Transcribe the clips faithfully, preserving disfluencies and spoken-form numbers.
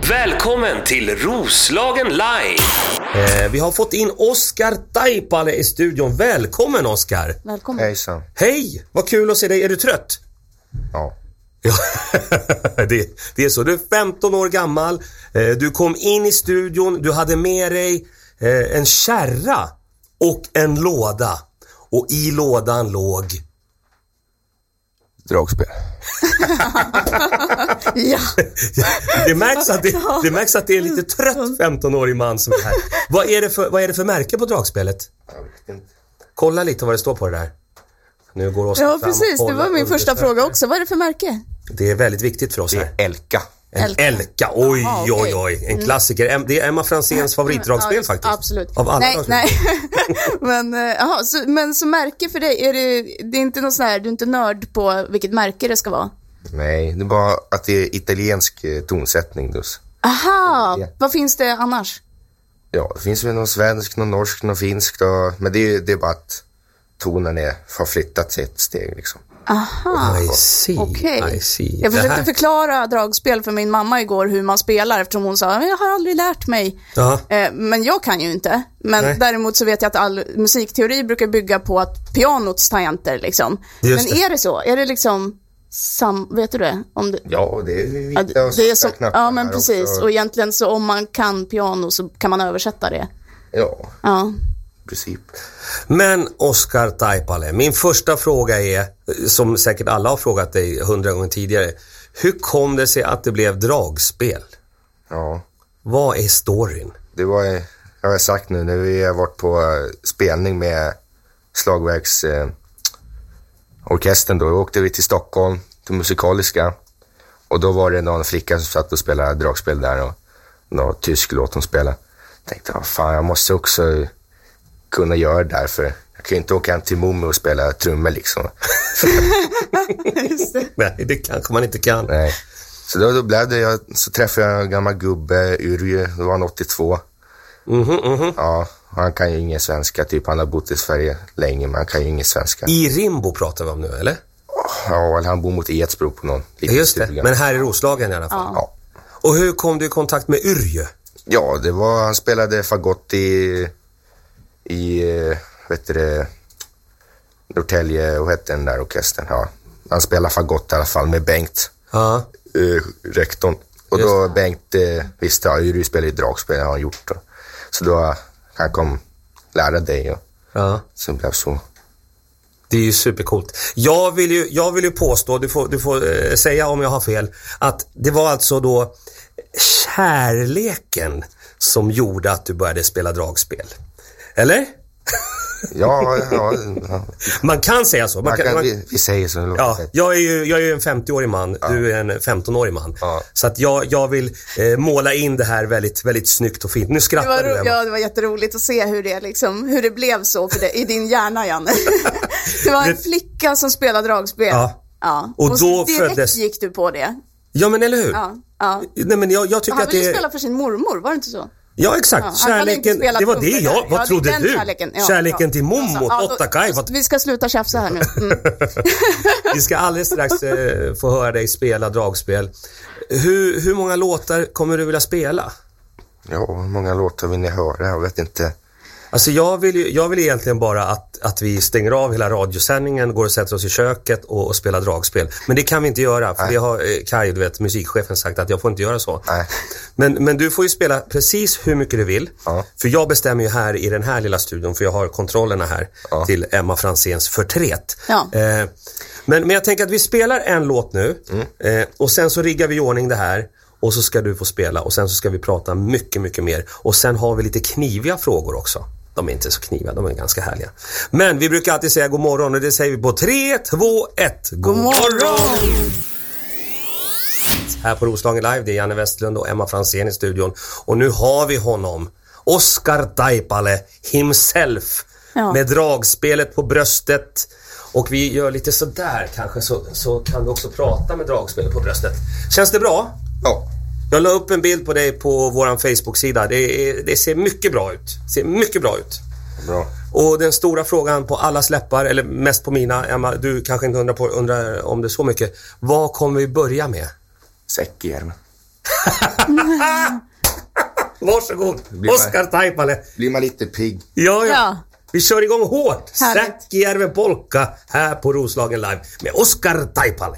Välkommen till Roslagen Live. Eh, vi har fått in Oskar Taipale i studion. Välkommen, Oskar. Välkommen. Hejsan. Hej, vad kul att se dig. Är du trött? Ja. Ja, det, det är så. Du är femton år gammal. Eh, du kom in i studion. Du hade med dig eh, en kärra och en låda. Och i lådan låg... Dragspel. Ja. Det märks att det, det märks att det är en lite trött femton-årig man som är här. Vad är det för, vad är det för märke på dragspelet? Jag vet inte. Kolla lite vad det står på det där. Nu går Oskar Ja, fram och precis. Det kollar var min första undersöker. fråga också. Vad är det för märke? Det är väldigt viktigt för oss Det här. är Elka. En Elka. Elka. Oj, Aha, oj, okej. oj. En klassiker. Em- Det är Emma Franzéns favoritdragspel Ja, faktiskt. Absolut. Av alla nej, dragspel. nej. men, eh, aha, så, men så märke för dig, är det, det är inte någon sån här, du är inte nörd på vilket märke det ska vara? Nej, det är bara att det är italiensk eh, tonsättning. Dus. Aha, Ja. vad finns det annars? Ja, det finns väl någon svensk, någon norsk, någon finsk. Då. Men det är, det är bara att tonen är, har flyttat sig ett steg liksom. Aha, I see, okej. I see. Jag Det försökte här- förklara dragspel för min mamma igår hur man spelar, eftersom hon sa, jag har aldrig lärt mig. Ja. Eh, men jag kan ju inte. Men Nej. däremot så vet jag att all musikteori brukar bygga på att pianots tangenter liksom. Just Men det. är det så? Är det liksom sam... Vet du det? Om det... Ja, det är Ja, vita det och är svarta som... knappar ja, men här precis. också. Och egentligen så om man kan piano så kan man översätta det. Ja, Ja. i princip. Men Oskar Taipale, min första fråga är, som säkert alla har frågat dig hundra gånger tidigare. Hur kom det sig att det blev dragspel? Ja, Vad är storyn? det var, jag har sagt nu, när vi har varit på eh, spelning med slagverksorkestern eh, orkestern då, då åkte vi till Stockholm, till Musikaliska. Och då var det någon flicka som satt och spelade dragspel där och någon tysk låt hon spelade. Jag tänkte, vad fan, jag måste också kunna göra det där, för jag kan ju inte åka hem till Momo och spela trummor liksom. Just det. Nej, det kanske man inte kan. Nej. Så då, då blev det, jag, så träffade jag en gammal gubbe, Yrje, då var han åttiotvå. Mhm, mhm. Ja, och han kan ju ingen svenska, typ han har bott i Sverige länge, men han kan ju ingen svenska. I Rimbo pratar vi om nu, eller? Ja, eller han bor mot Edsbro på någon liten Just det, stuga. men här i Roslagen i alla fall. Ja. Och hur kom du i kontakt med Yrje? Ja, det var, han spelade fagott i, i eh, vet du det, Norrtälje, och hette den där orkestern, ja. Han spelade fagott i alla fall med Bengt, Ja. eh, rektorn. Och Just då Bengt eh, visste, ja, Yuri spelar i dragspel, har han gjort då. Så då han kom lära dig och Ja. så blev så. Det är ju supercoolt. Jag vill ju, jag vill ju påstå, du får, du får eh, säga om jag har fel, att det var alltså då kärleken som gjorde att du började spela dragspel. Eller? Ja, ja, ja. Man kan säga så. Man Man kan, kan, man, vi, vi säger så. ja, jag är ju jag är ju en femtio-årig man, Ja. du är en femton-årig man. Ja. Så att jag, jag vill eh, måla in det här väldigt, väldigt snyggt och fint. Nu Det skrattar var, du, ro- Emma. ja, det var jätteroligt att se hur det, liksom, hur det blev så för det, i din hjärna, Janne. Det var en Det- flicka som spelade dragspel. Ja. Ja. Och Och, så då direkt föddes- gick du på det. Ja, men eller hur? Ja, ja. Nej, men jag, jag tycker Han att ville det... spela för sin mormor, var det inte så? Ja, exakt. Ja, han hade inte kärleken, spelat det var det trummor jag... där. Vad Ja, det är trodde den du? Kärleken, ja, kärleken ja. till Momo, Ja, då- åtta kaj. Vad- Vi ska sluta tjafsa här nu. Mm. Vi ska alldeles strax eh, få höra dig spela dragspel. Hur, hur många låtar kommer du vilja spela? Ja, hur många låtar vill ni höra? Jag vet inte. Alltså jag vill, ju- jag vill egentligen bara att, att vi stänger av hela radiosändningen, går och sätter oss i köket och, och spelar dragspel. Men det kan vi inte göra, för Nej. det har eh, Kaj, du vet, musikchefen sagt att jag får inte göra så. Nej. Men, men du får ju spela precis hur mycket du vill. Ja. För jag bestämmer ju här i den här lilla studion, för jag har kontrollerna här Ja. till Emma Franzéns förtret. Ja. Eh, men, men jag tänker att vi spelar en låt nu eh, och sen så riggar vi i ordning det här. Och så ska du få spela och sen så ska vi prata mycket, mycket mer. Och sen har vi lite kniviga frågor också. De är inte så kniviga, de är ganska härliga. Men vi brukar alltid säga god morgon och det säger vi på tre, två, ett. God morgon! Här på Roslagen Live, det är Janne Westlund och Emma Franzén i studion. Och nu har vi honom, Oskar Taipale himself. Ja. Med dragspelet på bröstet. Och vi gör lite sådär kanske, så, så kan du också prata med dragspelet på bröstet. Känns det bra? Ja. Jag la upp en bild på dig på våran Facebook-sida. Det, är, det ser mycket bra ut. Ser mycket bra ut. Bra. Och den stora frågan på alla släppar, eller mest på mina, Emma, du kanske inte undrar, på, undrar om det så mycket. Vad kommer vi börja med? Säckjärn. Varsågod, Oskar Taipale. Blir man lite pigg. Ja, ja. Ja. Vi kör igång hårt. Härligt. Säkkijärven polka här på Roslagen Live med Oskar Taipale.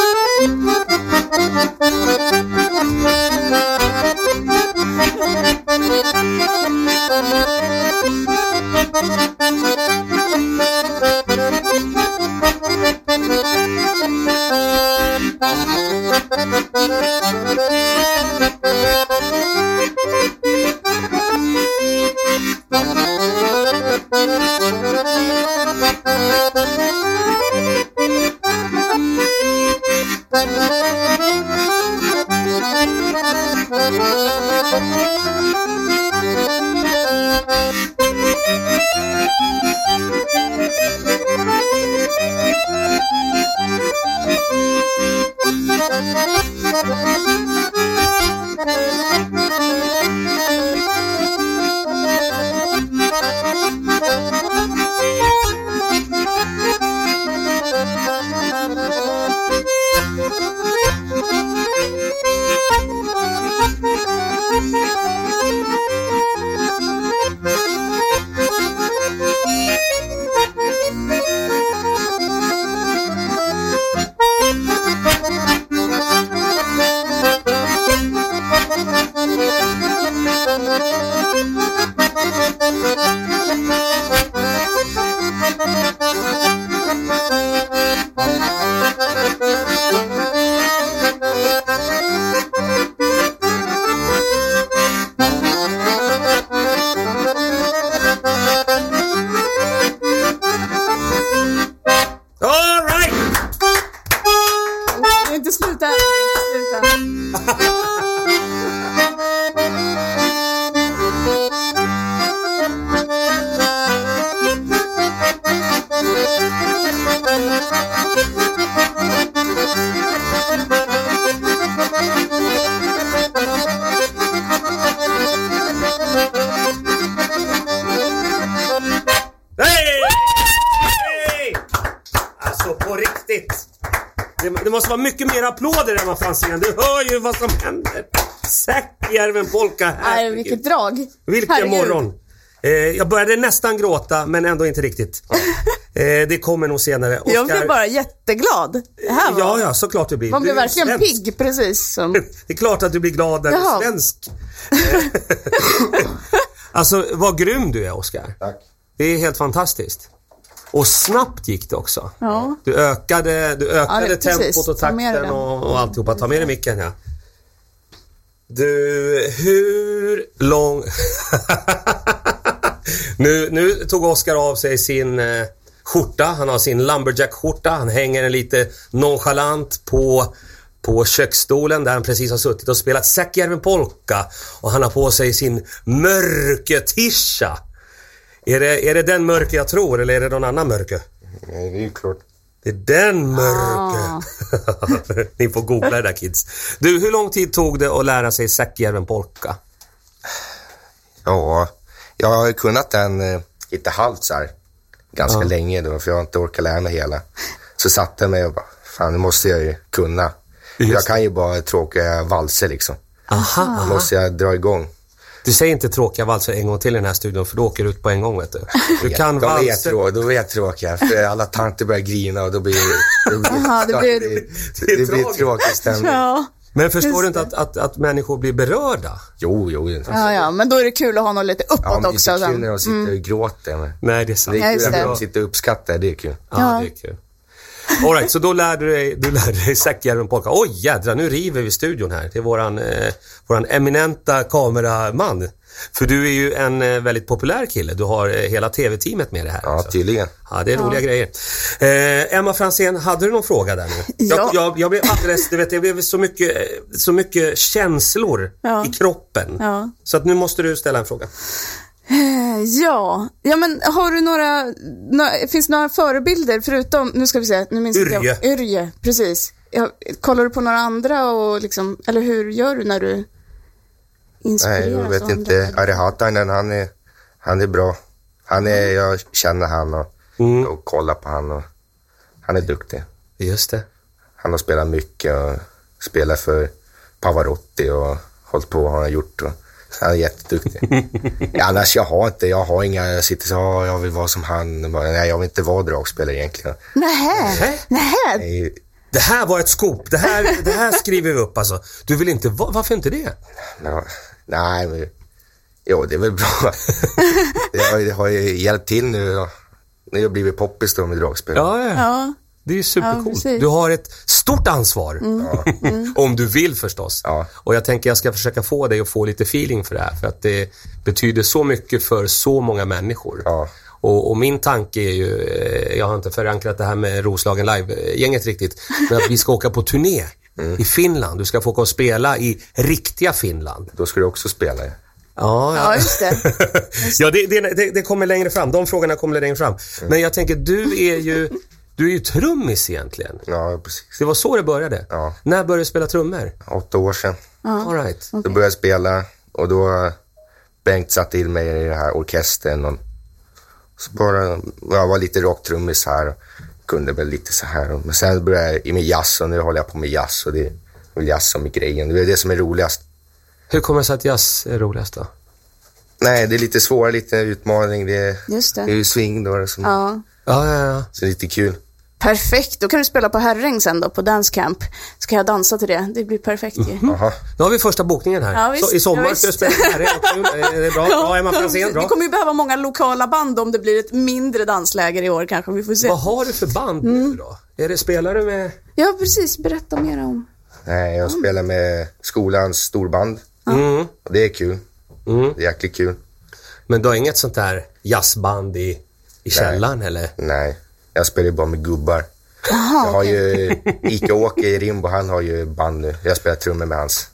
Inte sluta, inte sluta. Hej! Hej! Alltså på riktigt. Det, det måste vara mycket mer applåder än vad Franzén. Du hör ju vad som händer. Säkkijärven polka här. Nej, vilket drag. Vilken Herregud. morgon. Eh, jag började nästan gråta, men ändå inte riktigt. Eh, det kommer nog senare. Oskar... Jag blev bara jätteglad. Det här var... Ja, ja, såklart du blir. Man blir du är verkligen svensk. pigg, precis som... Det är klart att du blir glad när du Jaha. är svensk. Alltså, vad grym du är, Oskar. Tack. Det är helt fantastiskt. Och snabbt gick det också. Ja. Du ökade, du ökade Ja, det- precis. tempot och Ta med takten den. och, och alltihopa. Ta med dig micken, ja. Du, hur lång... nu, nu tog Oskar av sig sin eh, skjorta. Han har sin lumberjack-skjorta. Han hänger en lite nonchalant på, på köksstolen där han precis har suttit och spelat Säkkijärven polka. Och han har på sig sin mörketisha. Är det, är det den mörker jag tror, eller är det någon annan mörker? Nej, det är ju klart. Det är den mörker. Ah. Ni får googla det där, kids. Du, hur lång tid tog det att lära sig Säkkijärven polka? Ja, jag har kunnat den eh, lite halvt så här. Ganska Ja. länge då, för jag har inte orkat lära mig hela. Så satte jag mig och bara, fan, nu måste jag ju kunna. Just Jag kan ju bara tråkiga valser liksom. Aha. Då måste jag dra igång. Du säger inte tråkiga valser en gång till i den här studion, för då åker du ut på en gång, vet du. Du kan De är valser. jättrå, då är jag tråkiga, för alla tanter börjar grina och då blir det blir, Jaha, det blir- det, det är det blir tragiskt. tråkig stämning. Ja. Men förstår Just du inte det. att, att, att människor blir berörda? Jo, jo. Alltså. Ja, ja, men då är det kul att ha något lite uppåt Ja, men det är också. inte kul sen. när de sitter och gråter. Men Nej, det är sant. det Ja, är just kul att det. de sitter och uppskattar, det är kul. Ja, Ja. det är kul. All right, så då lärde du dig, du lärde dig Säkkijärven polka. Oj, jädra, nu river vi studion här. Det är våran, eh, våran eminenta kameraman. För du är ju en eh, väldigt populär kille. Du har eh, hela tv-teamet med det här. Ja, också. tydligen. Ja, det är roliga grejer. Eh, Emma Franzén, hade du någon fråga där nu? Ja. Jag, jag, jag blev alldeles, du vet, jag blev så mycket, så mycket känslor Ja. i kroppen. Ja. Så att nu måste du ställa en fråga. Eh, Ja, ja men har du några, några finns det några förebilder förutom, nu ska vi se, nu minns inte jag. Yrje. Yrje, precis. Ja, kollar du på några andra och liksom, eller hur gör du när du inspireras Nej, jag vet av inte. andra? Ari Hatainen, han är, han är bra. Han är, jag känner han och, Mm. och kollar på han och han är duktig. Just det. Han har spelat mycket och spelat för Pavarotti och hållit på har han gjort. Och han är jätteduktig. Annars jag har inte, jag har inga, jag sitter så, ja, jag vill vara som han. Nej, jag vill inte vara dragspelare egentligen. Nej, nej. Nej. Det här var ett skop. Det här, det här skriver vi upp alltså. Du vill inte, varför inte det? Ja, nej, men jo, det är väl bra. det, har, det har ju hjälpt till nu då. Nu har jag blivit poppis då med dragspel. Ja, ja. Ja. Det är ju supercoolt. Ja, du har ett stort ansvar. Mm. Mm. Om du vill förstås. Ja. Och jag tänker jag ska försöka få dig att få lite feeling för det här. För att det betyder så mycket för så många människor. Ja. Och, och min tanke är ju, jag har inte förankrat det här med Roslagen Live-gänget riktigt. Men att vi ska åka på turné mm. i Finland. Du ska få åka och spela i riktiga Finland. Då ska du också spela. Ja, ja. ja just det. Just ja, det, det, det kommer längre fram. De frågorna kommer längre fram. Mm. Men jag tänker, du är ju... Du är ju trummis egentligen. Ja, precis. Det var så det började. Ja. När började du spela trummor? Åtta år sedan. Ja. All right. Okay. Då började jag spela och då Bengt satt till mig i den här orkestern. Och så bara, jag var lite rocktrummis här och kunde väl lite så här. Men sen började jag med jazz och nu håller jag på med jazz och det är väl jazz som är grejen. Det är det som är roligast. Hur kommer det sig att jazz är roligast då? Nej, det är lite svårare, lite utmaning. Det är, Just det. det är ju swing då. Som, ja. Ja, ja, ja. Så det är lite kul. Perfekt, då kan du spela på Herräng sen då, på Dance Camp. Så kan jag dansa till det, det blir perfekt ju. Mm. Aha. Då har vi första bokningen här. Ja, visst, så, I sommar ja, ska du spela Herräng. Är det bra? Ja, Emma Fransén, bra. Vi kommer ju behöva många lokala band om det blir ett mindre dansläger i år kanske, vi får se. Vad har du för band mm. nu då? Är det spelare med... Ja, precis, berätta mer om. Nej, jag mm. spelar med skolans storband. Mm. Och det är kul. Mm. Det är jäkligt kul. Men du har inget sånt där jazzband i, i källaren eller? Nej, jag spelar bara med gubbar. Aha, jag har okay. ju Ika-Åke i Rimbo, han har ju band nu. Jag spelar trummor med hans.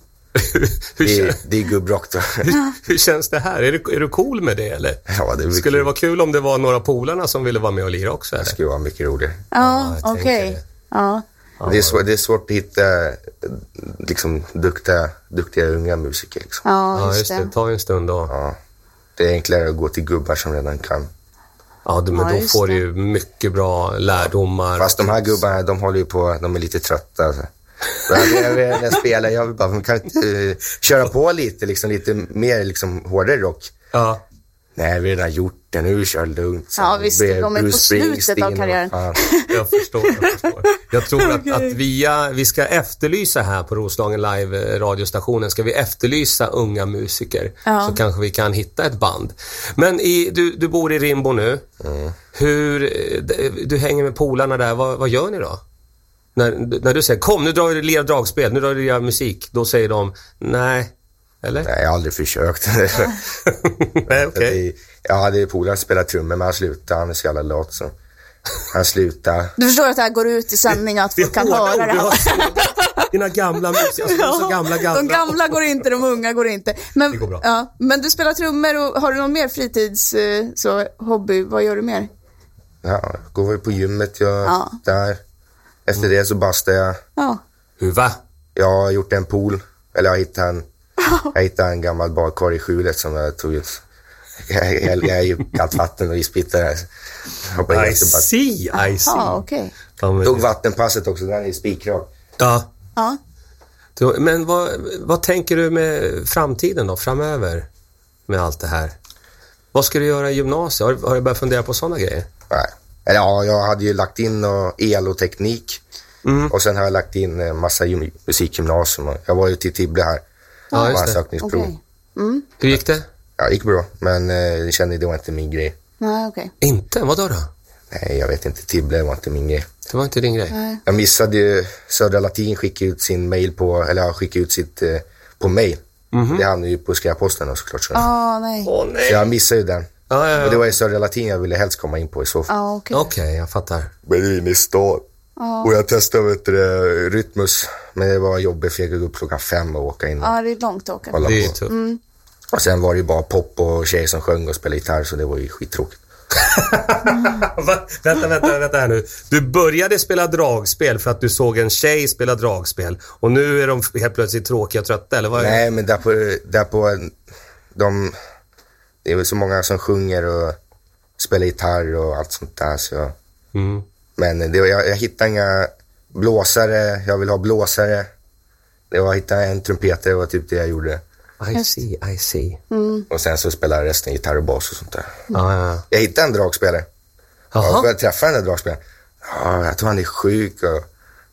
det, är, det är gubbrock då. hur, hur känns det här? Är du, är du cool med det eller? Ja, det skulle kul. Det vara kul om det var några polarna som ville vara med och lira också? Eller? Det skulle vara mycket roligare. Ja, ja okej. Okay. Ja. Det är, svår, det är svårt att hitta liksom, duktiga, duktiga unga musiker. Liksom. Ja, just, ja, just det. Det tar en stund då. Ja. Det är enklare att gå till gubbar som redan kan. Ja, men ja, då får du ju mycket bra lärdomar. Fast de här gubbarna, de håller ju på, de är lite trötta. Alltså. Jag vill, när jag spelar, jag vill bara, man kan inte uh, köra på lite, liksom, lite mer liksom, hårdare rock. Ja. Nej, vi har redan gjort det, nu kör lugnt. Så. Ja, visst, de är på slutet av karriären. Jag förstår, jag förstår. Jag tror att, okay. att via, vi ska efterlysa här på Roslagen Live radiostationen, ska vi efterlysa unga musiker. Ja. Så kanske vi kan hitta ett band. Men i, du, du bor i Rimbo nu. Mm. Hur, du hänger med polarna där, vad, vad gör ni då? När, när du säger, kom nu drar du lera dragspel, nu drar du lera musik. Då säger de, nej. Eller? Nej, jag har aldrig försökt. Nej, okay. Jag hade polare spelat trummor, men han slutade. Han är så jävla lat så. Han slutade. Du förstår att det här går ut i sändning och att folk kan höra det här. Dina gamla musiker, alltså, ja, så gamla, gamla. De gamla går inte, de unga går inte. Men, det går bra. Ja, men du spelar trummor och har du någon mer fritids så, hobby? Vad gör du mer? Ja, går väl på gymmet jag, ja. Där. Efter det så bastar jag. Ja. Hur va? Jag har gjort en pool. Eller jag hittade en, jag hittade en gammal badkar i skjulet som jag tog ut. Jag, jag, jag är ju kallt vatten och ispittar här. I see, I see. Ah, okay. Tog vattenpasset också, den är spikrak. Ja. Ja. Men vad, vad tänker du med framtiden då, framöver? Med allt det här. Vad ska du göra i gymnasiet? Har, har du börjat fundera på sådana grejer? Nej. Ja, jag hade ju lagt in el och teknik. Mm. Och sen har jag lagt in en massa musikgymnasium. Jag var ju till Tibble här. Ja, just det. Sökningsprov. Okay. Mm. Hur gick det? Ja, det gick bra. Men jag kände det var inte min grej. Nej, okej. Okay. Inte? Vad då då? Nej, jag vet inte. Tibble var inte min grej. Det var inte din grej? Nej. Jag missade ju Södra Latin skickade ut sin mail på, eller jag skickade ut sitt eh, på mail. Mm-hmm. Det hamnade ju på skräposten såklart. Så. Ah, nej. Åh, nej. Så jag missade ju den. Ah, ja, ja. Och det var ju Södra Latin jag ville helst komma in på i så fall. Ah, okej, okay. okay, jag fattar. Men det är inne i stad. Ah. Och jag testade vet du, Rytmus. Men det var jobbigt för jag gick upp klockan fem och åka in. Ja, ah, det är långt att åka. Det är tufft. Mm. Och sen var det ju bara pop och tjejer som sjöng och spelade gitarr, så det var ju skittråkigt. Va? Vänta, vänta, vänta här nu. Du började spela dragspel för att du såg en tjej spela dragspel. Och nu är de helt plötsligt tråkiga och trötta, eller vad är det? Nej, men där på, där på de, det är väl så många som sjunger och spelar gitarr och allt sånt där. Så. Mm. Men det, jag, jag hittar inga blåsare, jag vill ha blåsare. Det var att hitta en trumpetare, det var typ det jag gjorde. I see, I see. Mm. Och sen så spelade resten gitarr och bas och sånt där. Mm. Ja, ja. Jag hittade en dragspelare. Jaha. Jag började träffa den där dragspelaren. Ja, jag tror han är sjuk och...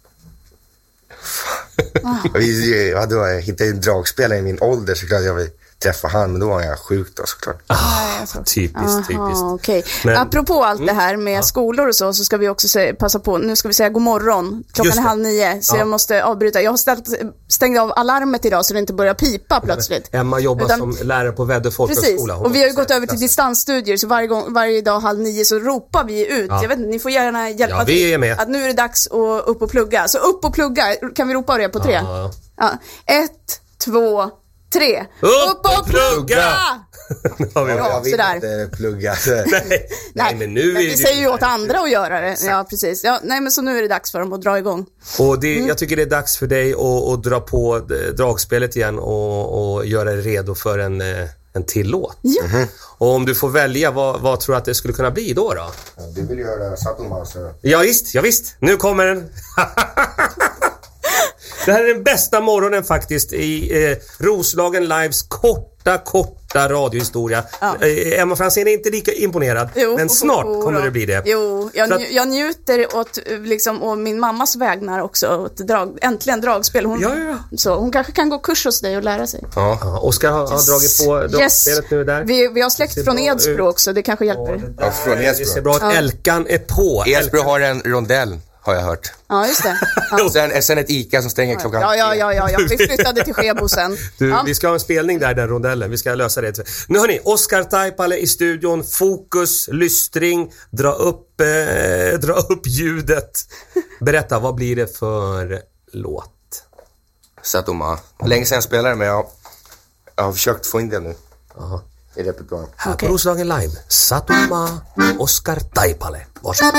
jag, visste, ja, då, jag hittade en dragspelare i min ålder, så klart jag vill träffa han, men då var jag sjuk då såklart. Ah, typiskt, typiskt. Okay. Men, apropå allt det här med ja. skolor och så, så ska vi också se, passa på, nu ska vi säga god morgon. Klockan är halv nio, så ja. jag måste avbryta. Jag har ställt, stängt av alarmet idag så det inte börjar pipa plötsligt. Emma jobbar Utan, som lärare på Väddö folkhögskola. Precis, och vi har ju gått över till distansstudier, så varje, gång, varje dag halv nio så ropar vi ut. Ja. Jag vet inte, ni får gärna hjälpa ja, vi är med. till. Att nu är det dags att upp och plugga. Så upp och plugga, kan vi ropa det på tre? Ja. Ja. Ett, två, tre. Upp och plugga! Ja, vi, jag vill sådär. Inte plugga. nej, nej, men nu men är vi säger ju åt andra att göra det. Ja, precis. Ja, nej, men så nu är det dags för dem att dra igång. Och det, mm. jag tycker det är dags för dig att, att dra på dragspelet igen och, och göra dig redo för en, en till låt. Ja. Mm-hmm. Och om du får välja, vad, vad tror du att det skulle kunna bli då då? Ja, du vill göra Satomasa. Ja visst, ja visst. Nu kommer den. Det här är den bästa morgonen faktiskt i eh, Roslagen Lives korta, korta radiohistoria. Ja. Eh, Emma Fransén är inte lika imponerad, jo, men snart oh, oh, kommer det bli det. Jo, jag, att, jag njuter åt, liksom, å min mammas vägnar också. Åt drag, äntligen dragspel. Hon, ja, ja. Så hon kanske kan gå kurs hos dig och lära sig. Ja, ja. Oskar har, har dragit på dragspelet yes. nu där. Vi, vi har släkt från Edsbro också, det kanske hjälper. Ja, ja från Edsbro. Det ser bra att ja. Älkan är på. Edsbro har en rondell. Har jag hört. Ja, just det. Ja. sen, sen ett Ica som stänger klockan. Ja, ja, ja, ja, ja. Vi flyttade till Skebo sen. Du, ja. Vi ska ha en spelning där, den rondellen. Vi ska lösa det. Nu hörni, Oskar Taipale i studion. Fokus, lystring. Dra upp, eh, dra upp ljudet. Berätta, vad blir det för låt? Satoma. Länge sedan jag spelade, men jag, jag har försökt få in det nu. Aha. I repertoaren. Här okay. på Roslagen Live. Satoma, Oskar Taipale. Varsågod.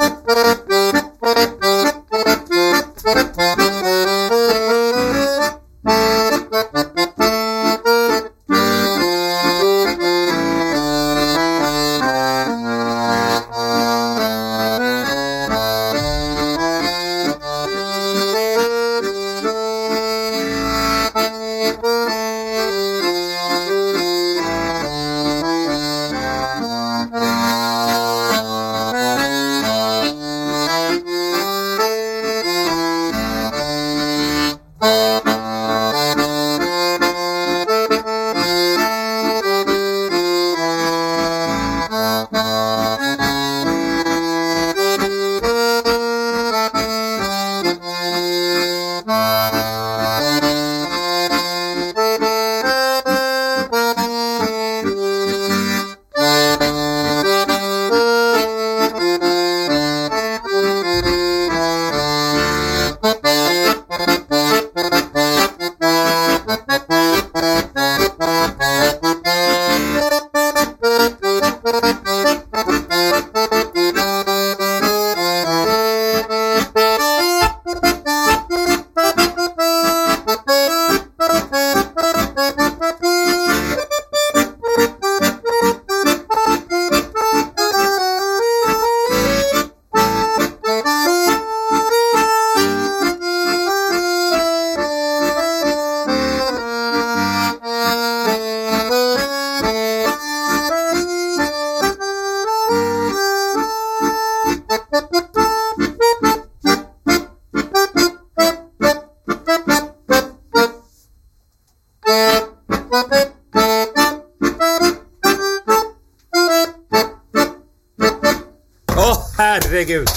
Herregud.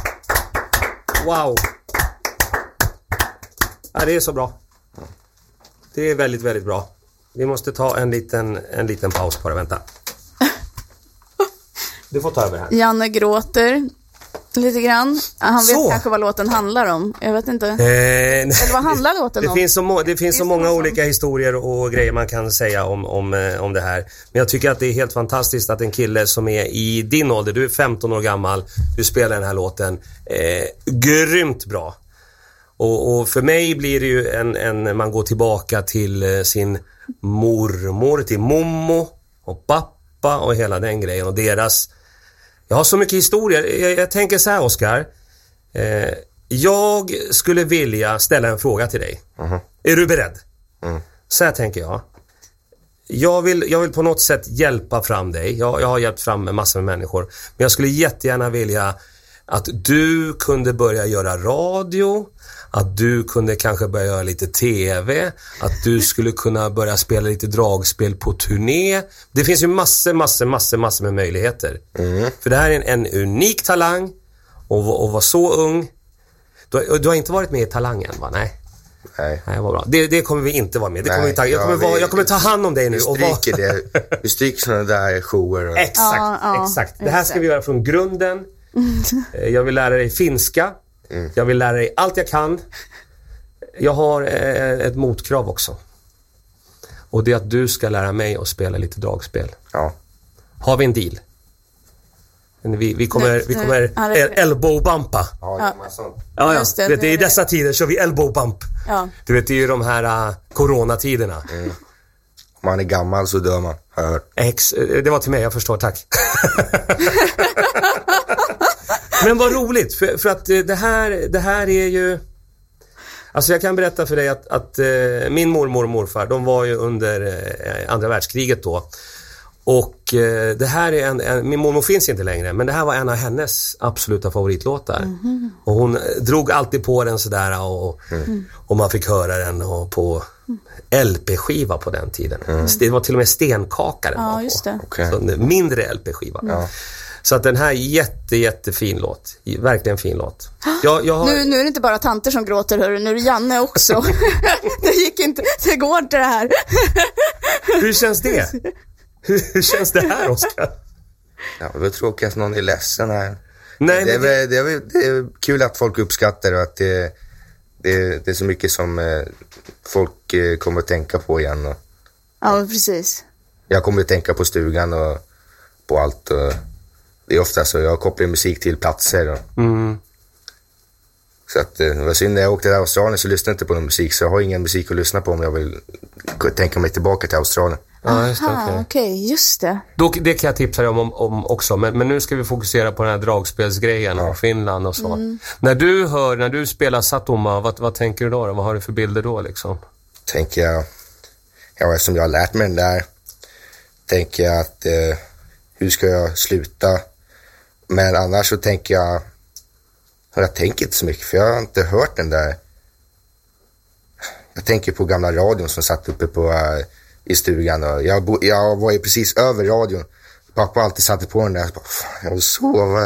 Wow. Ja, det är så bra. Det är väldigt, väldigt bra. Vi måste ta en liten, en liten paus på det. Vänta. Du får ta över här. Janne gråter lite grann. Han vet så. Kanske vad låten handlar om. Jag vet inte. Eh, Eller vad handlar låten det om? Finns så må- det finns, finns så många det olika historier och grejer man kan säga om, om, om det här. Men jag tycker att det är helt fantastiskt att en kille som är i din ålder, du är femton år gammal, du spelar den här låten eh, grymt bra. Och, och för mig blir det ju en, en man går tillbaka till sin mormor, till mommo och pappa och hela den grejen och deras. Jag har så mycket historier. Jag, jag tänker så här, Oskar. Eh, jag skulle vilja ställa en fråga till dig. Uh-huh. Är du beredd? Mm. Så här tänker jag. Jag vill, jag vill på något sätt hjälpa fram dig. Jag, jag har hjälpt fram en massa med människor. Men jag skulle jättegärna vilja att du kunde börja göra radio. Att du kunde kanske börja göra lite tv. Att du skulle kunna börja spela lite dragspel på turné. Det finns ju massor, massor, massor, massor med möjligheter. Mm. För det här är en, en unik talang. Och, och vara så ung. Du, du har inte varit med i Talangen, va? Nej. Nej. Nej, vad bra. Det, det kommer vi inte vara med. Det Nej, kommer vi ta, jag, kommer ja, vara, vi, jag kommer ta hand om dig nu. Vi stryker, och va... det. Vi stryker sådana där shower. Och... Exakt, ja, ja, exakt. Det här ska vi göra från grunden. Mm. Jag vill lära dig finska. Mm. Jag vill lära dig allt jag kan. Jag har eh, ett motkrav också. Och det är att du ska lära mig att spela lite dragspel. Ja. Har vi en deal? Vi, vi kommer, vi kommer elbow-bumpa. Ja, det är sånt. Ja, ja. Det, det är i dessa tider så vi elbow-bump. Ja. Du vet, det är ju de här uh, coronatiderna. Mm. Om man är gammal så dör man. Ex, det var till mig, jag förstår, tack. Men vad roligt, för, för att det här, det här är ju... Alltså jag kan berätta för dig att, att uh, min mormor och morfar, de var ju under uh, andra världskriget då. Och eh, det här är en, en, min mormor finns inte längre, men det här var en av hennes absoluta favoritlåtar. Mm-hmm. Och hon drog alltid på den sådär och, mm. och man fick höra den och på L P-skiva på den tiden. Mm. Det var till och med stenkaka den ja, var på. Just det. Okay. Så en mindre L P-skiva. Mm. Så att den här är jätte, jättefin låt. Verkligen fin låt. Jag, jag har... nu, nu är det inte bara tanter som gråter, hörru. Nu är det Janne också. det gick inte, det går inte det här. Hur känns det? Hur känns det här, Oskar? Ja, det är tråkigt att någon är ledsen här. Nej, det, är, men det... Det, är, det är kul att folk uppskattar och att det, det, det är så mycket som eh, folk eh, kommer att tänka på igen. Och, ja, precis. Jag kommer att tänka på stugan och på allt. Och det är ofta så jag kopplar musik till platser. Och, mm. Så att det var synd när jag åkte till Australien så lyssnade jag inte på någon musik. Så jag har ingen musik att lyssna på om jag vill tänka mig tillbaka till Australien. Ja, just det, Aha, okej, okay. okay, just det. Då, det kan jag tipsa dig om, om, om också. Men, men nu ska vi fokusera på den här dragspelsgrejen och ja. Finland och så. Mm. När du hör, när du spelar Satoma, vad, vad tänker du då, då? Vad har du för bilder då liksom? Tänker jag, ja, eftersom jag har lärt mig den där, tänker jag att eh, hur ska jag sluta? Men annars så tänker jag, jag tänker inte så mycket för jag har inte hört den där. Jag tänker på gamla radion som satt uppe på... Uh, i stugan och jag, bo, jag var ju precis över radion. Pappa alltid satte på den där. Jag, bara, jag vill sova.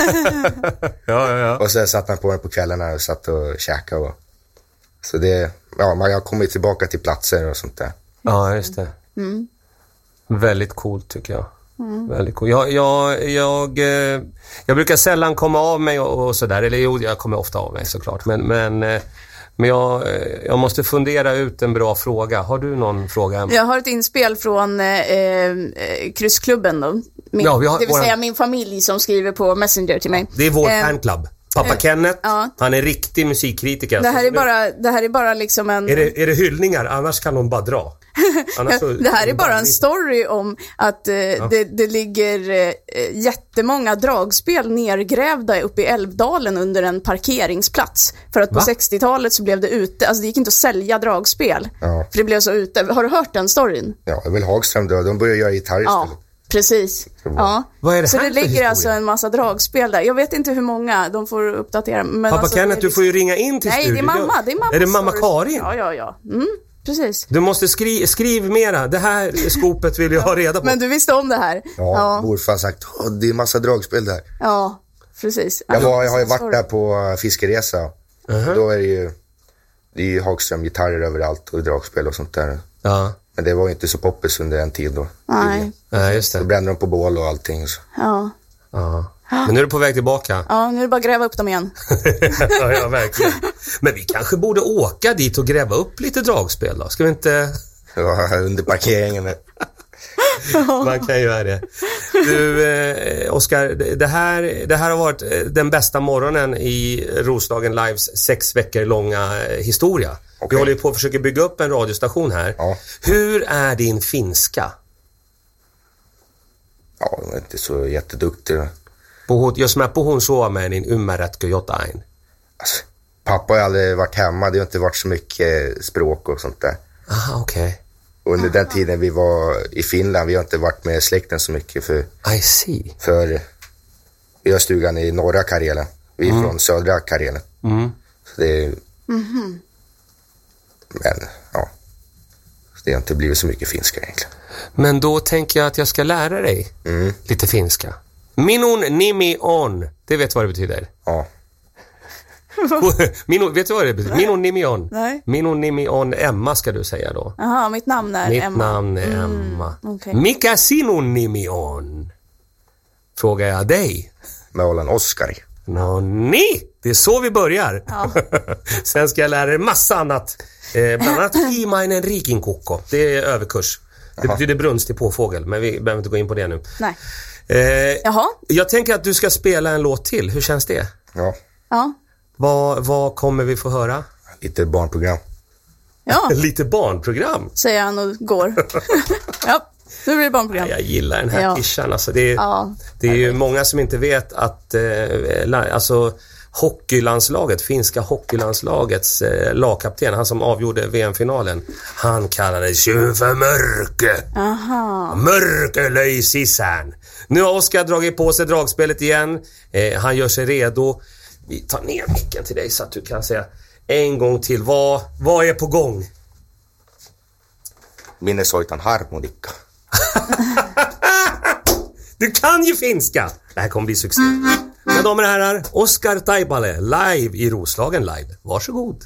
ja, ja, ja. Och så satt han på den på kvällarna och satt och käkade. Och, så det, ja, man har kommit tillbaka till platser och sånt där. Ja, just det. Mm. Väldigt coolt tycker jag. Mm. Väldigt cool. Jag, jag, jag, jag brukar sällan komma av mig och, och sådär. Eller jo, jag kommer ofta av mig såklart. Men... men Men jag, jag måste fundera ut en bra fråga. Har du någon fråga? Jag har ett inspel från eh, kryssklubben då. Min, ja, vi har, det vill våra... säga min familj som skriver på Messenger till mig. Det är vår eh, fanclub. Pappa eh, Kenneth, ja. Han är riktig musikkritiker. Det här är bara, det här är bara liksom en... Är det, är det hyllningar? Annars kan de bara dra. Så, det här är bara en story om att eh, ja. det, det ligger eh, jättemånga dragspel nergrävda uppe i Älvdalen under en parkeringsplats. För att på Va? sextiotalet så blev det ute, alltså det gick inte att sälja dragspel. Ja. För det blev så ute. Har du hört den storyn? Ja, det är väl Hagström då. De börjar göra gitarr istället. Ja. Precis. Ja. Vad är det så här det ligger historia? Alltså en massa dragspel där. Jag vet inte hur många, de får uppdatera. Men Pappa alltså, Kenneth, du får ju ringa in till Nej, studion. Nej, det är mamma. Det är, mamma är det mamma Karin? Ja, ja, ja. Mm, precis. Du måste skri- skriv mera. Det här skopet vill jag ha reda på. Men du visste om det här? Ja, ja. Morfar har sagt, det är en massa dragspel där. Ja, precis. Jag, var, jag har ju varit där på fiskeresa. Uh-huh. Då är det ju, det är ju Hagström gitarrer överallt och dragspel och sånt där. Ja. Men det var ju inte så poppis under en tid då. Nej. Ja, just det. Då brände de på bål och allting. Så. Ja. Ja. Men nu är du på väg tillbaka. Ja, nu är det bara att gräva upp dem igen. ja, ja, verkligen. Men vi kanske borde åka dit och gräva upp lite dragspel då. Ska vi inte... Ja, under parkeringen. Man kan göra det. Du, eh, Oskar, det här, det här har varit den bästa morgonen i Roslagen Lives sex veckor långa historia. Okay. Vi håller ju på att försöka bygga upp en radiostation här. Ja. Hur är din finska? Ja, jag är inte så jätteduktig. Puhut, jos mä puhun suomea, niin ymmärrätkö jotain? Alltså, pappa har aldrig varit hemma. Det har inte varit så mycket språk och sånt där. Aha, okej. Okay. Under den tiden vi var i Finland, vi har inte varit med släkten så mycket. För, I see. För vi har stugan i norra Karelen. Vi är mm. från södra Karelen. Mm. Så det är... Mm-hmm. Men, ja. Det har inte blivit så mycket finska egentligen. Men då tänker jag att jag ska lära dig mm. lite finska. Minun nimi on. Det vet vad det betyder. Ja. Minun, vet du vad det betyder? Minun nimi on. Nej. Minun nimi on Emma ska du säga då. Jaha, mitt namn är mitt Emma. Mitt namn är Emma. Mm, okay. Mikä sinun nimi on? Frågar jag dig. Med Olan Oskar. Nå, nej, det är så vi börjar. Ja. Sen ska jag lära dig massa annat. Eh, bland annat Himainen rikinkukko. Det är överkurs. Det Jaha. betyder brunstig påfågel, men vi behöver inte gå in på det nu. Nej. Eh, Jaha. Jag tänker att du ska spela en låt till. Hur känns det? Ja. Ja. Vad, vad kommer vi få höra? Lite barnprogram. Ja. Lite barnprogram? Säger han och går. Ja. Nu blir det barnprogram. Jag gillar den här ja. kishan. Alltså det är, ja, det är ju många som inte vet att eh, alltså, hockeylandslaget, finska hockeylandslagets eh, lagkapten, han som avgjorde V M-finalen, han kallades ju för mörke. Aha. Mörke löj sisän. Nu har Oskar dragit på sig dragspelet igen. Eh, han gör sig redo. Vi tar ner micken till dig så att du kan säga en gång till. Vad, vad är på gång? Minne soitan harmonikka. Du kan ju finska. Det här kommer bli succé. Mina damer och herrar, Oskar Taipale live i Roslagen live. Varsågod.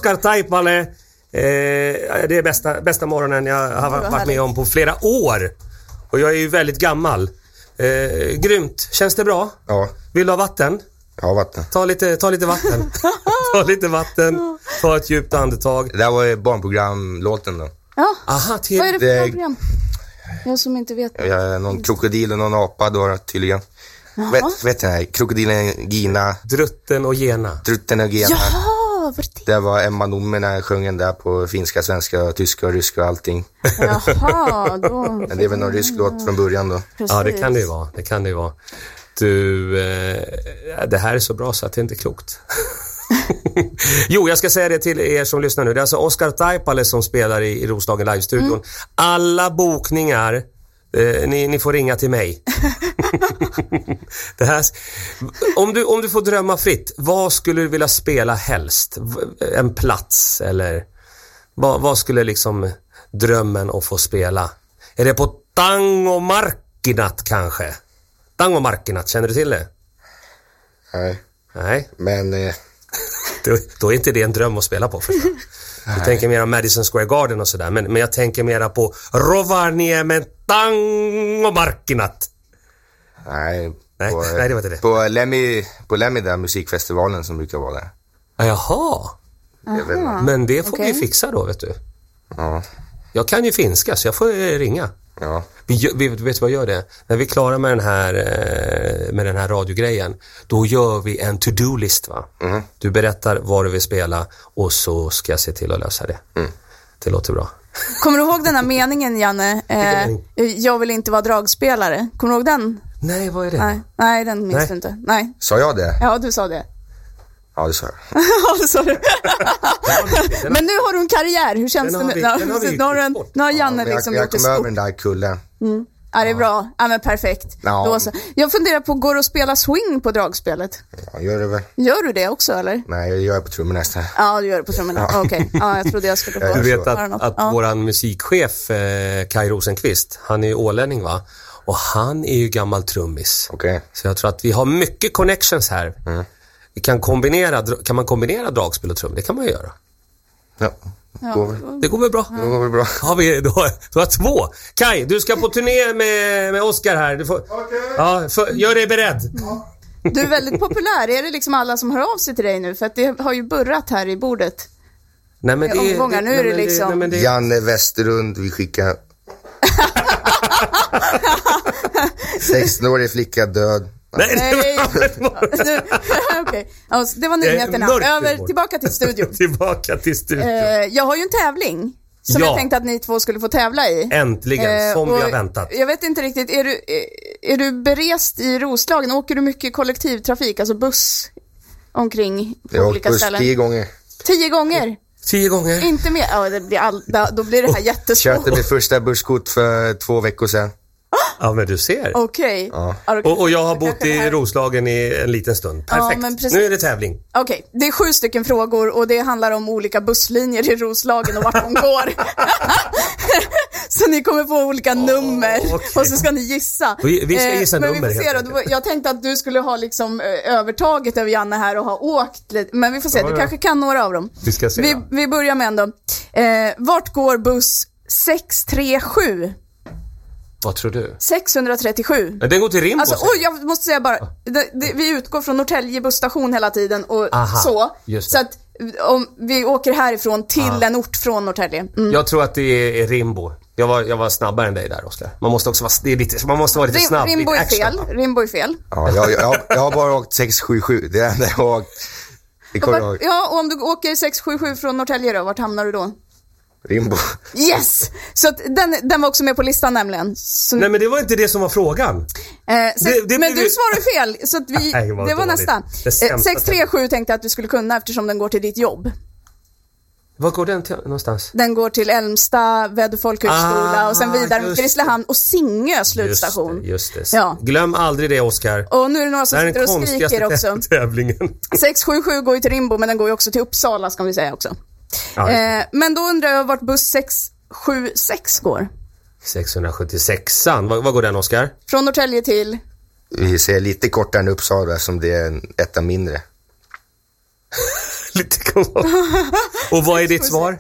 Oscar Taipale. Eh, det är bästa, bästa morgonen jag har varit härligt. Med om på flera år. Och jag är ju väldigt gammal. Eh, grymt. Känns det bra? Ja. Vill du ha vatten? Ja, vatten. Ta lite, ta lite vatten. ta lite vatten. Ta ett djupt andetag. Det där var barnprogramlåten då. Ja. Aha, till... Vad är det för program? Jag som inte vet. Ja, någon krokodil och någon apa då tydligen. Vet, vet ni, krokodilen Gina. Drutten och Gena. Drutten och Gena. Ja, var det? Det var Emma Nommerna sjöng den där på finska, svenska, tyska och ryska och allting. Jaha, då... Men det är väl någon rysk låt från början då. Precis. Ja, det kan det ju vara. Det kan det ju vara. Du, eh, det här är så bra så att det inte är klokt. Jo, jag ska säga det till er som lyssnar nu. Det är alltså Oscar Taipale som spelar i, i Roslagen Live-studion. Mm. Alla bokningar, eh, ni, ni får ringa till mig. Det här, om, du, om du får drömma fritt, vad skulle du vilja spela helst? En plats eller vad, vad skulle liksom drömmen att få spela? Är det på Tango Markkinat kanske? Tango Markkinat, känner du till det? Nej. Nej. Men... Eh... Då, då är inte det en dröm att spela på förstås. Jag tänker mer om Madison Square Garden och sådär. Men, men jag tänker mera på Rovaniemi Tango Markkinat. Nej, Nej, på, nej, det var inte det. På Lemmy, på Lemmy där musikfestivalen som brukar vara där. Jaha. Aha. Men det får Okay. vi fixa då, vet du. Ja. Jag kan ju finska så jag får eh, ringa. Ja. Vi, vi vet vad gör det? När vi är klara med den här eh, med den här radiogrejen, då gör vi en to-do-list, va? Mm. Du berättar vad du vill spela och så ska jag se till att lösa det. Mm. Det låter bra. Kommer du ihåg den här meningen, Janne? Eh, jag vill inte vara dragspelare. Kommer du ihåg den? Nej, vad är det? Nej, nej den minns Nej. du inte. Nej. Sa jag det? Ja, du sa det. Ja, det sa jag. Ja, det sa du. Men nu har du en karriär. Hur känns Den det har vi- nu? Ja, den har vi precis. Nu har du en- bort. nu har Janne Men jag, liksom jag gjort det kom över stort. den där kullen. Mm. Ja, det är bra. Ja, men perfekt. Ja. Då så. Jag funderar på, går det att spela swing på dragspelet? Ja, gör det väl? Gör du det också, eller? Nej, jag gör det på trummor nästan. Ja, du gör det på trummorna. Ja. Okej. Ja, jag trodde jag skulle få Du vet höra att, något. att Ja. våran musikchef eh, Kai Rosenqvist, han är ju ålänning, va? Och han är ju gammal trummis. Okej. Okay. Så jag tror att vi har mycket connections här. Mm. Vi kan kombinera, kan man kombinera dragspel och trum? Det kan man ju göra. Ja, det går väl. Det går väl bra? Det går väl bra. Har vi, du, har, du har två. Kai, du ska på turné med, med Oscar här. Du får, Okej. ja, för, gör dig beredd. Du är väldigt populär. Är det liksom alla som hör av sig till dig nu? För att det har ju burrat här i bordet. Nej, men det, Omgångar, nu nej, är det men liksom- nej, men det, Janne Westerlund, vi skickar... sexton-årig flicka död. nej, det Nej. var- Nu- Okej. Alltså, det var nyheterna. Eh, mörk Över, humor. tillbaka till studion. Tillbaka till studion. Eh, jag har ju en tävling som Ja. jag tänkte att ni två skulle få tävla i. Äntligen, Eh, som vi och har väntat. Jag vet inte riktigt, är du, är, är du berest i Roslagen? Åker du mycket kollektivtrafik, alltså buss omkring på Jag har åkt olika buss ställen? tio gånger. Tio gånger? Tio gånger. Inte mer? Ja, det blir all, då- då blir det här jättesvårt. Köpte mitt första busskort för två veckor sedan. Ja, men du ser. Okej. Ja. Ja, då- Och, och jag har då bott kanske det i här- Roslagen i en liten stund. Perfekt. men precis. Nu är det tävling. Okej, det är sju stycken frågor och det handlar om olika busslinjer i Roslagen och vart de går. Så ni kommer få olika nummer okej. och så ska ni gissa. Vi- vi ska gissa Eh, men nummer, vi får se helt då. Jag tänkte att du skulle ha liksom eh, övertaget över Janne här och ha åkt lite. Men vi får se, Ja, du ja. kanske kan några av dem. Vi ska se. Vi, vi börjar med en då. Eh, vart går buss sex tre sju? Vad tror du? sexhundratrettiosju. Ja, den går till Rimbo. Alltså, säger oj, jag måste säga bara, det, det, vi utgår från Norrtälje busstation hela tiden och Aha, så. just det. Så att om vi åker härifrån till Ah. en ort från Norrtälje. Mm. Jag tror att det är, är Rimbo. Jag var, jag var snabbare än dig där, Oskar. Man måste också vara, det är lite, man måste vara lite Rim, snabb. Rimbo lite är action, fel. va? Rimbo är fel. Ja, jag, jag, jag har bara åkt sex sju sju. Det är det enda jag har åkt. Det kommer jag ihåg. Ja, och om du åker sex sju sju från Norrtälje då, vart hamnar du då? Rimbo. Yes! Så att den, den var också med på listan nämligen. Så, Nej, men det var inte det som var frågan. eh, sex, det- det men blev du ju- svarade fel, så att vi, Nej, vad det var dåligt. nästa. Det sämsta sex tre sju tänkte jag att du skulle kunna eftersom den går till ditt jobb. Var går den till någonstans? Den går till Älmsta, Väddö folkhögskola Ah, och sen vidare just mot Grisslehamn och Singö slutstation. Just det, just det. Ja. Glöm aldrig det, Oskar. Och nu är det några Det som här är sitter den och skriker konstigaste också. tävlingen. sex sju sju går ju till Rimbo, men den går ju också till Uppsala, ska vi säga också. Ja, Eh, men då undrar jag vart buss sex sju sex går. sexhundrasjuttiosexan. Vad, vad går den, Oskar? Från Norrtälje till... Vi ser lite kortare än Uppsala som det är en etta mindre. lite konstigt. Och vad är ditt svar?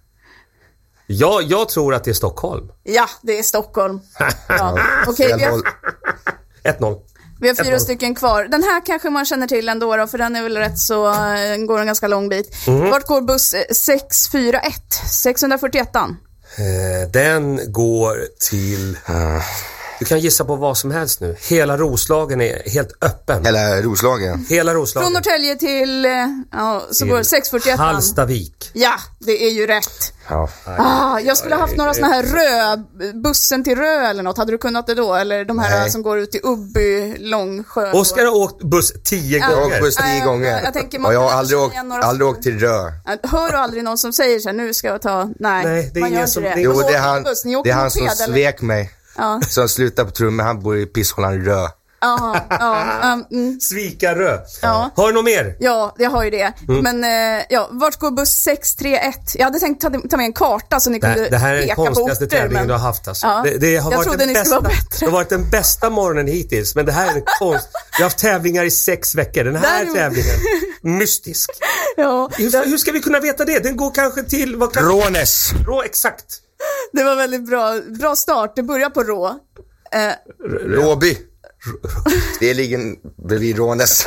Ja, jag tror att det är Stockholm. Ja, det är Stockholm. Ja. Okej, vi har... ett noll. Vi har fyra stycken kvar. Den här kanske man känner till ändå då, för den är väl rätt så, den går en ganska lång bit. Mm. Vart går buss sex fyra ett? sexhundrafyrtioett-an? Eh, den går till... Uh. Du kan gissa på vad som helst nu. Hela Roslagen är helt öppen. Hela Roslagen? Hela Roslagen. Från Norrtälje till... Ja, så till går sexhundrafyrtioett-an. Hallstavik. Ja, det är ju rätt. Ja. Ah, jag skulle ha haft några såna här rö... Bussen till Rö eller något. Hade du kunnat det då? Eller de här Nej. som går ut till Ubby, Långsjö. Oskar har åkt buss tio gånger. Jag har åkt buss tio gånger. Jag, jag, tänker, man och jag har aldrig åkt, aldrig åkt till Rö. Hör du aldrig någon som säger så här, nu ska jag ta... Nej, Nej det är ingen som... Det. Jo, det är han, det är han som svek mig. Ja. Som slutar på trummen, han bor i pisshållan Rö. Aha, ja, um, mm. Svikarö. Ja. Har du något mer? Ja, jag har ju det. Mm. Men eh, ja, vart går buss sex tre ett? Jag hade tänkt ta, ta med en karta så ni kunde peka på orter. Det här är den konstigaste tävlingen men... du har haft alltså. Ja. Det, det har jag varit trodde den ni bästa, skulle vara bättre. Det har varit den bästa morgonen hittills. Men det här är en konst. Vi har haft tävlingar i sex veckor. Den här Där... tävlingen, mystisk. Ja, hur, det... hur ska vi kunna veta det? Den går kanske till... Vad kan... Rånäs. Rå, exakt. Det var väldigt bra, bra start. Det börjar på Rå. Eh... Råby. Det ligger bredvid Rånäs.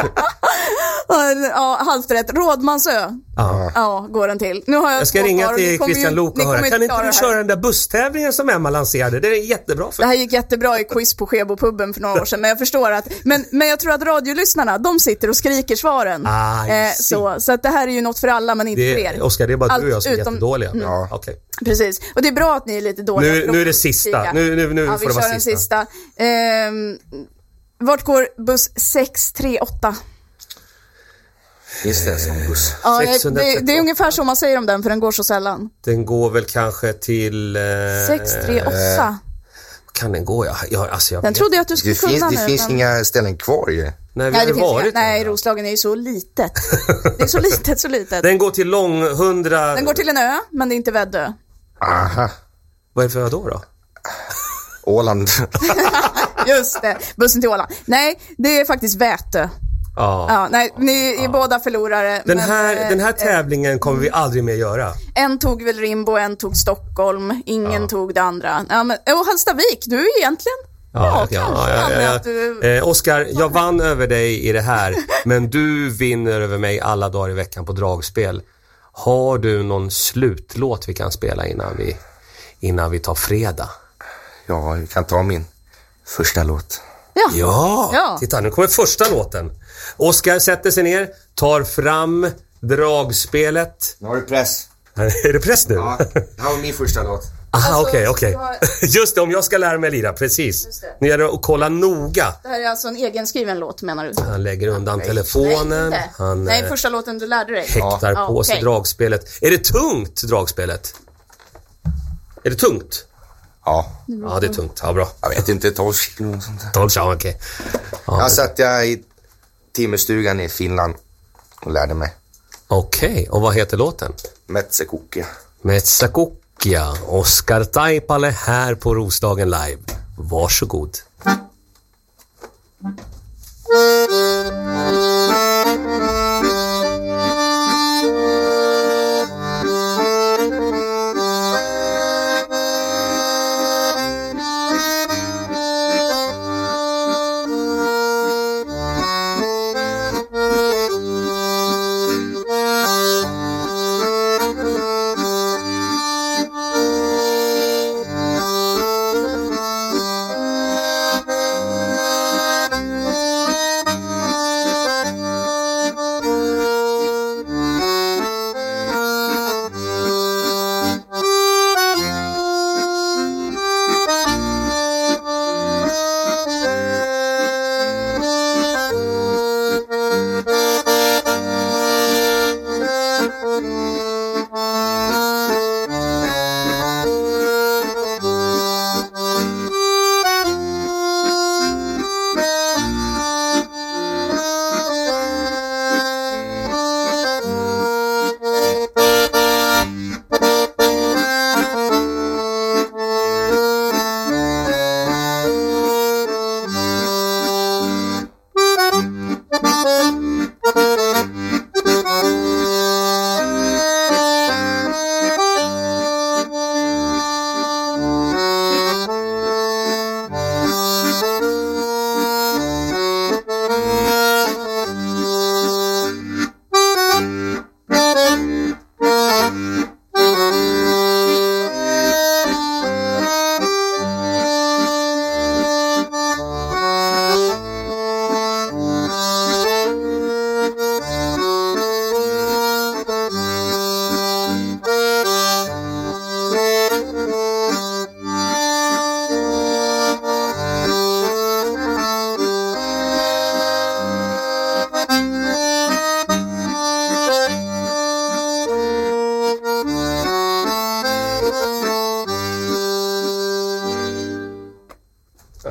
Ja, halvt rätt. Rådmansö. Ja. Ja, går den till. Nu har jag jag ska ringa till Christian Lok och höra. Kan inte du köra den där busstävlingen som Emma lanserade? Det är jättebra för. Det här gick jättebra i quiz på Skebo-puben för några år sedan. Men jag förstår att, men, men jag tror att radiolyssnarna, de sitter och skriker svaren. Ah, eh, så, så att det här är ju något för alla, men inte det, för er. Oskar, det är bara Allt du och jag som är utom, jättedåliga. Mm. Ja, okay. Precis. Och det är bra att ni är lite dåliga. Nu, nu är det sista. Nu, nu, nu ja, får det vara sista. sista. Eh, vart går buss sex tre åtta? Just det, som buss. Ja, det, det är ungefär så man säger om den, för den går så sällan. Den går väl kanske till... Eh, sex tre åtta. Kan den gå? Ja, ja, alltså jag den vet. trodde jag att du skulle det kunna finns, Det nu, finns men... inga ställen kvar ju. Nej, vi nej, har det varit inga, nej, Roslagen är ju så litet. Det är så litet, så litet. Den går till lång hundra... Den går till en ö, men det är inte Väddö. Aha. Vad är det för ö då då? Åland. Just det, bussen till Åland. Nej, det är faktiskt Vätö. Ja. Ja, nej, ni är ja. båda förlorare. Den men, här, den här tävlingen kommer vi aldrig mer göra. En tog väl Rimbo, en tog Stockholm. Ingen ja. tog det andra. Ja, men, och Hallstavik, du är egentligen... Ja, ja, ja, ja, ja, ja. Du... Eh, Oskar, jag vann över dig i det här. Men du vinner över mig alla dagar i veckan på dragspel. Har du någon slutlåt vi kan spela innan vi, innan vi tar fredag? Ja, vi kan ta min första låt. Ja. Ja, ja. Titta, nu kommer första låten. Oskar sätter sig ner, tar fram dragspelet. Nu har du press. Är det press nu? Ja, det här var min första låt. Aha, alltså, okej, okej. Okay. Just det, om jag ska lära mig lira, precis. Nu gäller det att kolla noga. Det här är alltså en egenskriven låt, menar du? Han lägger undan nej, telefonen. Nej, han, nej, första låten du lärde dig. Häktar ja. på ja, sig okay. dragspelet. Är det tungt, dragspelet? Är det tungt? Ja. Ja, det är tungt. Ja, bra. Jag vet inte, tolv kilo och sånt där. tolv kilo, okej. Okay. Ja, jag satt jag i timmerstugan i Finland och lärde mig. Okej, okay. Och vad heter låten? Metsäkukkia. Metsäkukkia. Oskar Taipale här på Roslagen Live. Varsågod.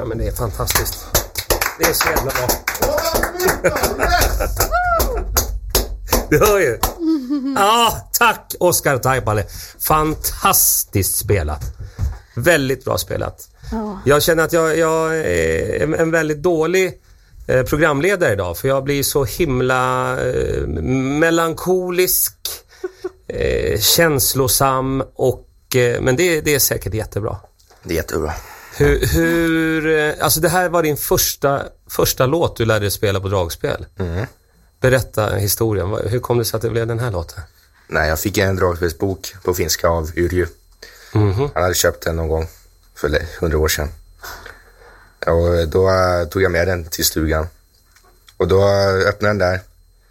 Ja, men det är fantastiskt. Det är så jävla bra. Du hör ju. Ja, tack Oscar Taipale. Fantastiskt spelat. Väldigt bra spelat. Ja. Jag känner att jag, jag är en väldigt dålig eh, programledare idag. För jag blir så himla eh, melankolisk, eh, känslosam. Och, eh, men det, det är säkert jättebra. Det är jättebra. Hur, hur, alltså det här var din första, första låt du lärde dig spela på dragspel. Mm. Berätta historien. Hur kom det sig att det blev den här låten? Nej, jag fick en dragspelsbok på finska av Yrjö. Mm-hmm. Han hade köpt den någon gång för hundra år sedan. Och då tog jag med den till stugan. Och då öppnade den där.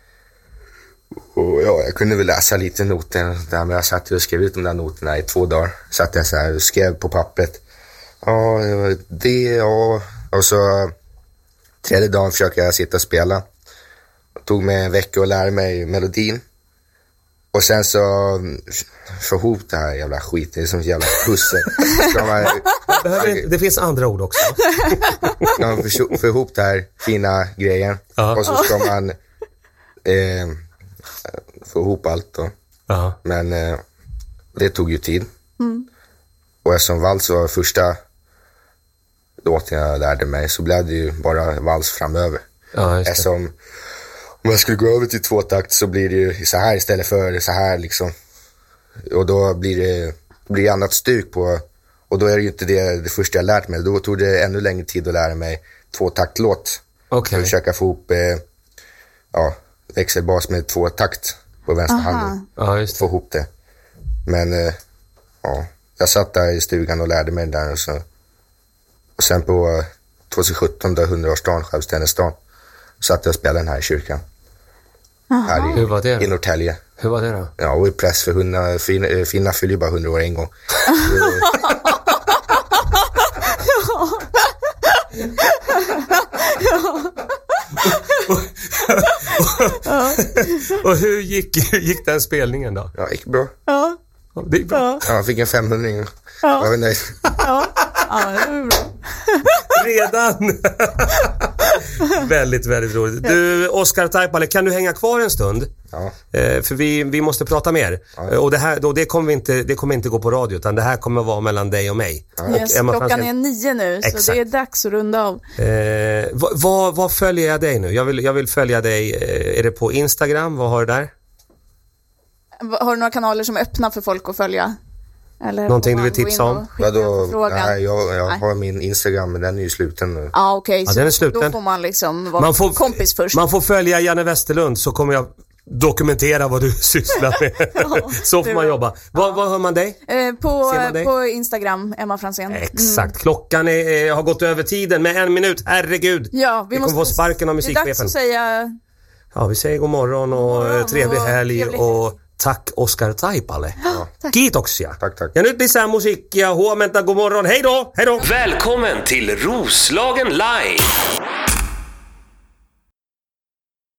Och ja, jag kunde väl läsa lite noten där, men jag satt och skrev ut de där noterna i två dagar. Satt jag så här och skrev på pappret. Ja, det, ja. Och så tredje dagen försökte jag sitta och spela. Det tog mig en vecka att lära mig melodin. Och sen så få ihop det här jävla skit. Det är som ett jävla pussel. Man, det, det finns andra ord också. Man får, få ihop det här fina grejen. Ja. Och så ska man eh, få ihop allt då. Ja. Men eh, det tog ju tid. Mm. Och eftersom vals var första låten jag lärde mig, så blev det ju bara vals framöver. Ja, just det. Eftersom om man skulle gå över till två takt så blir det ju så här istället för så här liksom. Och då blir det, blir det annat stuk på. Och då är det ju inte det, det första jag lärt mig. Då tog det ännu längre tid att lära mig två taktlåt. Okej. Okay. Försöka få ihop eh, ja, växelbas med två takt på vänster hand. Ja, just det. Få ihop det. Men eh, ja, jag satt där i stugan och lärde mig där. Och, så, och sen på tjugohundrasjutton, då hundraårsdagen, självständighetsdagen, satt jag och spelade den här i kyrkan. Här i, Hur var det då? I Norrtälje. Hur var det då? Ja, och i press för hundra, fina, fina fyller ju bara hundra år en gång. Och hur gick, gick den spelningen då? Ja, gick bra. Ja. Det gick bra. Ja, jag fick en femhundring. Ja. Jag var nöjd. Ja. Ja, det var bra. Redan. Väldigt, väldigt roligt. Du, Oscar Taipale, kan du hänga kvar en stund? Ja. Eh, för vi, vi måste prata mer. Ja. Och det här, då, det, kommer inte, det kommer inte gå på radio, utan det här kommer vara mellan dig och mig. Ja. Och yes, Emma klockan Franzén är nio nu, exakt. Så det är dags att runda av. Eh, vad, vad, vad följer jag dig nu? Jag vill, jag vill följa dig. Eh, är det på Instagram? Vad har du där? Har du några kanaler som är öppna för folk att följa? Eller någonting du vill tipsa om? Vadå? Nej, jag, jag har min Instagram, men den är ju sluten nu. Ah, okay, ja, den är sluten. Då får man liksom vara man får, kompis först. Man får följa Janne Westerlund, så kommer jag dokumentera vad du sysslar med. Ja, så får man jobba. Var, ja. var hör man dig? Eh, på, man dig? På Instagram, Emma Franzén. Exakt. Mm. Klockan är, har gått över tiden med en minut. Herregud. Ja, vi, vi måste kommer få sparken av musikchefen. Det är dags att säga... Ja, vi säger god morgon och ja, trevlig helg. Trevlig och tack Oscar Taipale. Ja, tack. Kiitoksia. Tack, tack. Ja, nyt lisää musiikkia. Huomenta, god morgon. Hej då, hej då. Välkommen till Roslagen Live.